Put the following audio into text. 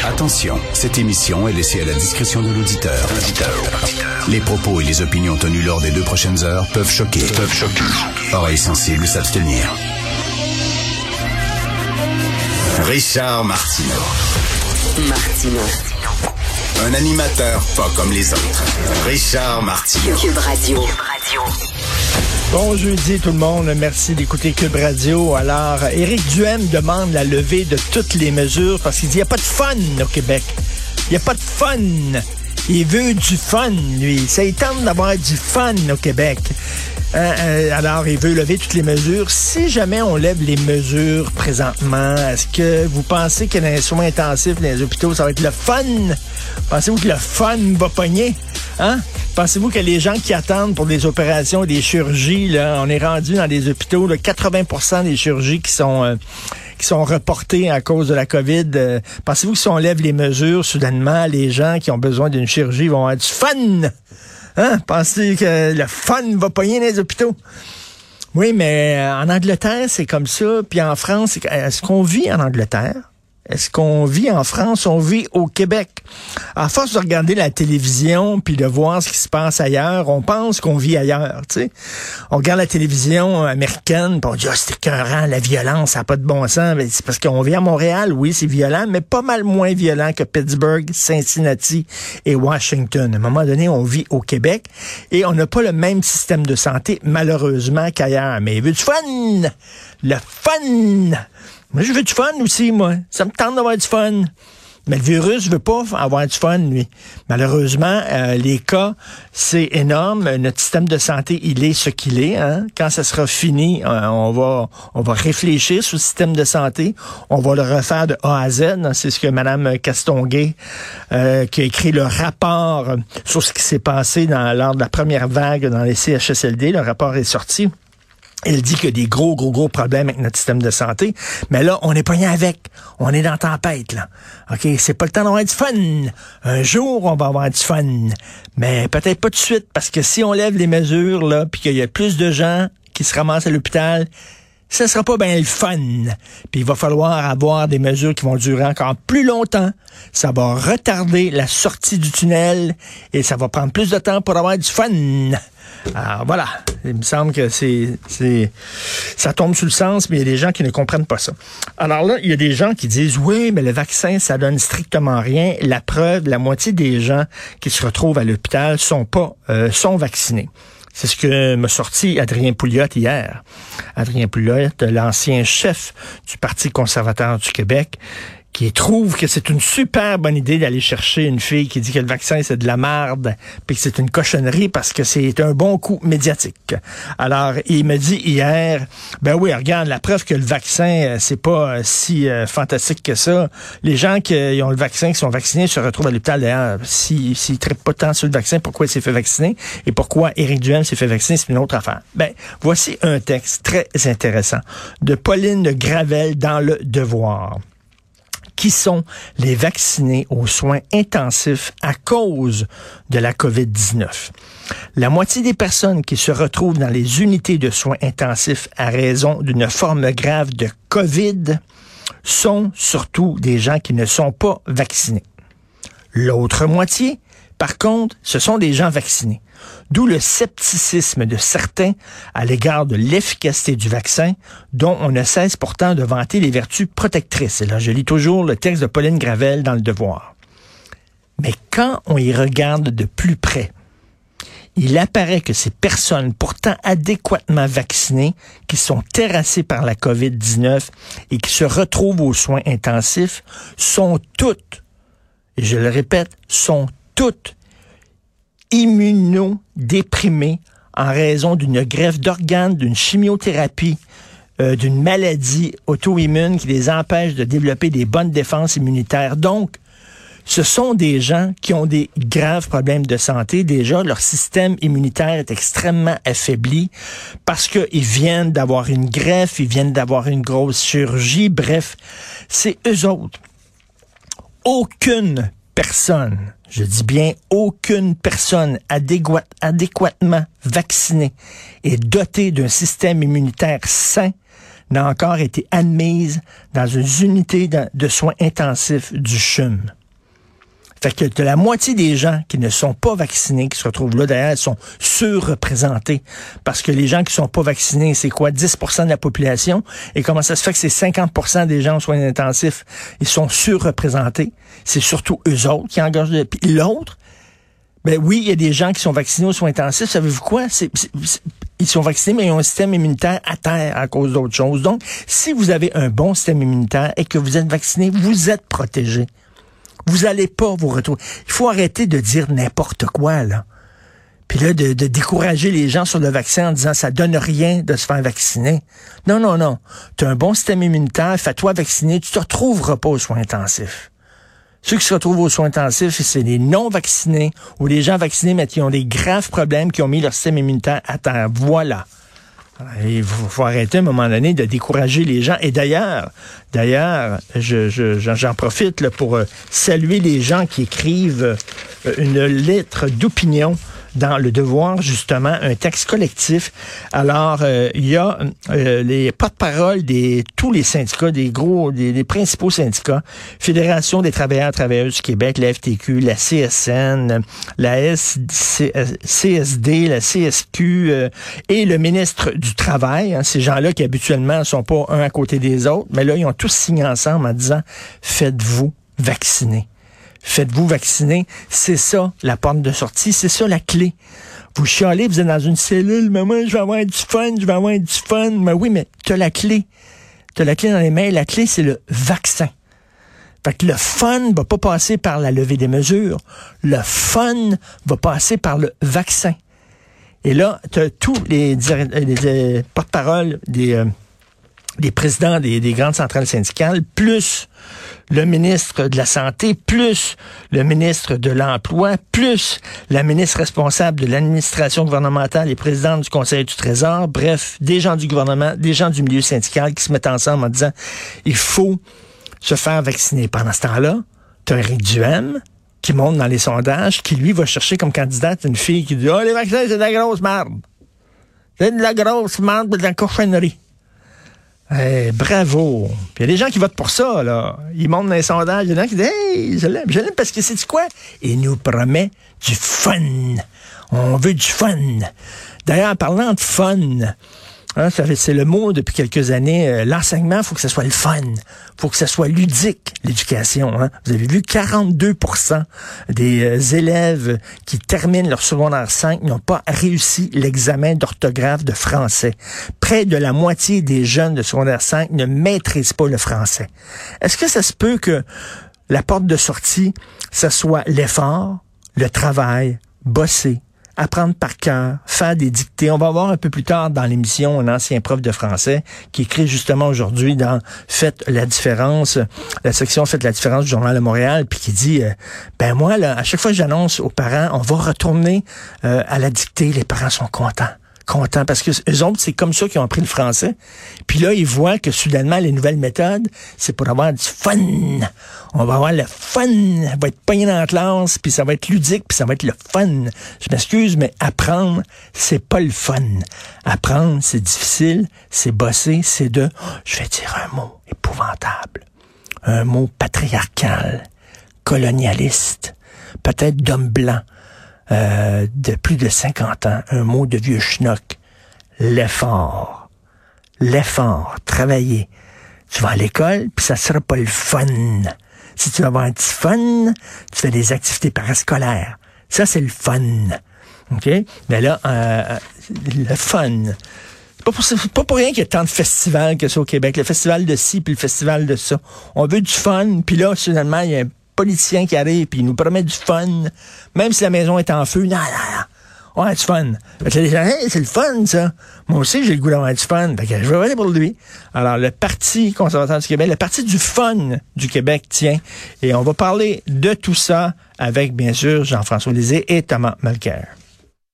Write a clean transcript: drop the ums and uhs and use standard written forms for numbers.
Attention, cette émission est laissée à la discrétion de l'auditeur. Les propos et les opinions tenues lors des 2 prochaines heures peuvent choquer. Oreilles sensibles s'abstenir. Richard Martineau. Un animateur pas comme les autres. Richard Martineau. Cube Radio. Bon jeudi tout le monde, merci d'écouter Cube Radio. Alors, Éric Duhaime demande la levée de toutes les mesures parce qu'il dit qu'il n'y a pas de fun au Québec. Il n'y a pas de fun. Il veut du fun, lui. Ça lui tente d'avoir du fun au Québec. Alors, il veut lever toutes les mesures. Si jamais on lève les mesures présentement, est-ce que vous pensez que dans les soins intensifs, dans les hôpitaux, ça va être le fun? Pensez-vous que le fun va pogner? Hein? Pensez-vous que les gens qui attendent pour des opérations et des chirurgies, là, on est rendu dans des hôpitaux, là, 80% des chirurgies qui sont reportées à cause de la COVID. Pensez-vous que si on lève les mesures, soudainement, les gens qui ont besoin d'une chirurgie vont avoir du fun? Hein? Pensez que le fun va pogner dans les hôpitaux? Oui, mais en Angleterre, c'est comme ça. Puis en France, est-ce qu'on vit en Angleterre? Est-ce qu'on vit en France? On vit au Québec. À force de regarder la télévision puis de voir ce qui se passe ailleurs, on pense qu'on vit ailleurs, tu sais. On regarde la télévision américaine puis on dit « Ah, c'est écœurant, la violence, ça n'a pas de bon sens. » Mais c'est parce qu'on vit à Montréal, oui, c'est violent, mais pas mal moins violent que Pittsburgh, Cincinnati et Washington. À un moment donné, on vit au Québec et on n'a pas le même système de santé, malheureusement, qu'ailleurs. Mais il veut du fun! Le fun! Moi, je veux du fun aussi, moi. Ça me tente d'avoir du fun. Mais le virus veut pas avoir du fun, lui. Malheureusement, les cas, c'est énorme. Notre système de santé, il est ce qu'il est. Hein? Quand ça sera fini, on va réfléchir sur le système de santé. On va le refaire de A à Z. C'est ce que Mme Castonguay, qui a écrit le rapport sur ce qui s'est passé lors de la première vague dans les CHSLD. Le rapport est sorti. Elle dit qu'il y a des gros problèmes avec notre système de santé. Mais là, on est pogné avec. On est dans la tempête, là. OK, c'est pas le temps d'avoir du fun. Un jour, on va avoir du fun. Mais peut-être pas tout de suite, parce que si on lève les mesures, là, puis qu'il y a plus de gens qui se ramassent à l'hôpital, ça sera pas bien le fun. Puis il va falloir avoir des mesures qui vont durer encore plus longtemps. Ça va retarder la sortie du tunnel et ça va prendre plus de temps pour avoir du fun. Alors voilà, il me semble que ça tombe sous le sens, mais il y a des gens qui ne comprennent pas ça. Alors là, il y a des gens qui disent, oui, mais le vaccin, ça donne strictement rien. La preuve, la moitié des gens qui se retrouvent à l'hôpital sont vaccinés. C'est ce que m'a sorti Adrien Pouliot hier. Adrien Pouliot, l'ancien chef du Parti conservateur du Québec, qui trouve que c'est une super bonne idée d'aller chercher une fille qui dit que le vaccin, c'est de la merde, puis que c'est une cochonnerie parce que c'est un bon coup médiatique. Alors, il me dit hier, ben oui, regarde, la preuve que le vaccin, c'est pas si fantastique que ça. Les gens qui ont le vaccin, qui sont vaccinés, se retrouvent à l'hôpital. D'ailleurs, s'ils traitent pas tant sur le vaccin, pourquoi il s'est fait vacciner? Et pourquoi Éric Duhaime s'est fait vacciner, c'est une autre affaire. Ben, voici un texte très intéressant de Pauline Gravel dans Le Devoir. Qui sont les vaccinés aux soins intensifs à cause de la COVID-19. La moitié des personnes qui se retrouvent dans les unités de soins intensifs à raison d'une forme grave de COVID sont surtout des gens qui ne sont pas vaccinés. L'autre moitié, par contre, ce sont des gens vaccinés. D'où le scepticisme de certains à l'égard de l'efficacité du vaccin, dont on ne cesse pourtant de vanter les vertus protectrices. Et là, je lis toujours le texte de Pauline Gravel dans Le Devoir. Mais quand on y regarde de plus près, il apparaît que ces personnes pourtant adéquatement vaccinées, qui sont terrassées par la COVID-19 et qui se retrouvent aux soins intensifs, sont toutes, et je le répète, sont toutes immunodéprimés en raison d'une greffe d'organes, d'une chimiothérapie, d'une maladie auto-immune qui les empêche de développer des bonnes défenses immunitaires. Donc, ce sont des gens qui ont des graves problèmes de santé. Déjà, leur système immunitaire est extrêmement affaibli parce qu'ils viennent d'avoir une greffe, ils viennent d'avoir une grosse chirurgie. Bref, c'est eux autres. Aucune personne, je dis bien aucune personne adéquatement vaccinée et dotée d'un système immunitaire sain n'a encore été admise dans une unité de soins intensifs du CHUM. Fait que de la moitié des gens qui ne sont pas vaccinés, qui se retrouvent là, d'ailleurs, sont surreprésentés. Parce que les gens qui sont pas vaccinés, c'est quoi? 10% de la population. Et comment ça se fait que c'est 50% des gens aux soins intensifs? Ils sont surreprésentés. C'est surtout eux autres qui engagent. Puis l'autre, ben oui, il y a des gens qui sont vaccinés aux soins intensifs. Savez-vous quoi? Ils sont vaccinés, mais ils ont un système immunitaire à terre à cause d'autres choses. Donc, si vous avez un bon système immunitaire et que vous êtes vacciné, vous êtes protégé. Vous allez pas vous retrouver. Il faut arrêter de dire n'importe quoi, là. Puis là, de décourager les gens sur le vaccin en disant ça donne rien de se faire vacciner. Non, non, non. Tu as un bon système immunitaire, fais-toi vacciner, tu te retrouveras pas aux soins intensifs. Ceux qui se retrouvent aux soins intensifs, c'est les non-vaccinés ou les gens vaccinés, mais qui ont des graves problèmes, qui ont mis leur système immunitaire à terre. Voilà. Il faut arrêter à un moment donné de décourager les gens. Et d'ailleurs, j'en profite là, pour saluer les gens qui écrivent une lettre d'opinion dans Le Devoir, justement, un texte collectif. Alors, il y a les porte-parole de tous les syndicats, des principaux syndicats, Fédération des travailleurs-travailleuses du Québec, la FTQ, la CSN, la CSD, la CSQ et le ministre du Travail, hein, ces gens-là qui habituellement ne sont pas un à côté des autres, mais là, ils ont tous signé ensemble en disant « Faites-vous vacciner ». Faites-vous vacciner. C'est ça, la porte de sortie. C'est ça, la clé. Vous chialez, vous êtes dans une cellule. Mais moi, je vais avoir du fun. Mais oui, mais t'as la clé. T'as la clé dans les mains. La clé, c'est le vaccin. Fait que le fun va pas passer par la levée des mesures. Le fun va passer par le vaccin. Et là, t'as tous les porte-paroles des présidents des grandes centrales syndicales, plus le ministre de la Santé, plus le ministre de l'Emploi, plus la ministre responsable de l'administration gouvernementale et présidente du Conseil du Trésor, bref, des gens du gouvernement, des gens du milieu syndical qui se mettent ensemble en disant il faut se faire vacciner. Pendant ce temps-là, tu as Éric Duhem qui monte dans les sondages, qui lui va chercher comme candidate une fille qui dit « Oh, les vaccins, c'est de la grosse merde. C'est de la grosse merde, de la cochonnerie. » Bravo. Puis il y a des gens qui votent pour ça, là. Ils montent dans les sondages. Il y a des gens qui disent « Hey, je l'aime parce que c'est quoi? » Il nous promet du fun. On veut du fun. D'ailleurs, en parlant de fun, hein, c'est le mot depuis quelques années. L'enseignement, il faut que ce soit le fun. Il faut que ce soit ludique, l'éducation. Hein. Vous avez vu 42% des élèves qui terminent leur secondaire 5 n'ont pas réussi l'examen d'orthographe de français. Près de la moitié des jeunes de secondaire 5 ne maîtrisent pas le français. Est-ce que ça se peut que la porte de sortie, ce soit l'effort, le travail, bosser, apprendre par cœur, faire des dictées. On va voir un peu plus tard dans l'émission un ancien prof de français qui écrit justement aujourd'hui dans Faites la différence, la section Faites la différence du Journal de Montréal, puis qui dit, ben moi, là, à chaque fois que j'annonce aux parents, on va retourner à la dictée, les parents sont contents parce que eux autres, c'est comme ça qu'ils ont appris le français. Puis là, ils voient que soudainement, les nouvelles méthodes, c'est pour avoir du fun. On va avoir le fun. On va être pogné dans la classe, puis ça va être ludique, puis ça va être le fun. Je m'excuse, mais apprendre, c'est pas le fun. Apprendre, c'est difficile, c'est bosser, c'est je vais dire un mot épouvantable. Un mot patriarcal, colonialiste, peut-être d'homme blanc. De plus de 50 ans, un mot de vieux schnock, l'effort, travailler. Tu vas à l'école, puis ça sera pas le fun. Si tu vas avoir un petit fun, tu fais des activités parascolaires. Ça, c'est le fun. OK? Mais là, le fun. C'est pas pour rien qu'il y a tant de festivals que ça au Québec. Le festival de ci, puis le festival de ça. On veut du fun, puis là, finalement, il y a un politicien qui arrive puis il nous promet du fun, même si la maison est en feu. Non. Ouais, du fun. Fait que les gens, hey, c'est le fun, ça. Moi aussi, j'ai le goût d'avoir du fun. Fait que je vais voter pour lui. Alors, le Parti conservateur du Québec, le Parti du fun du Québec, tiens. Et on va parler de tout ça avec, bien sûr, Jean-François Lisée et Thomas Mulcair.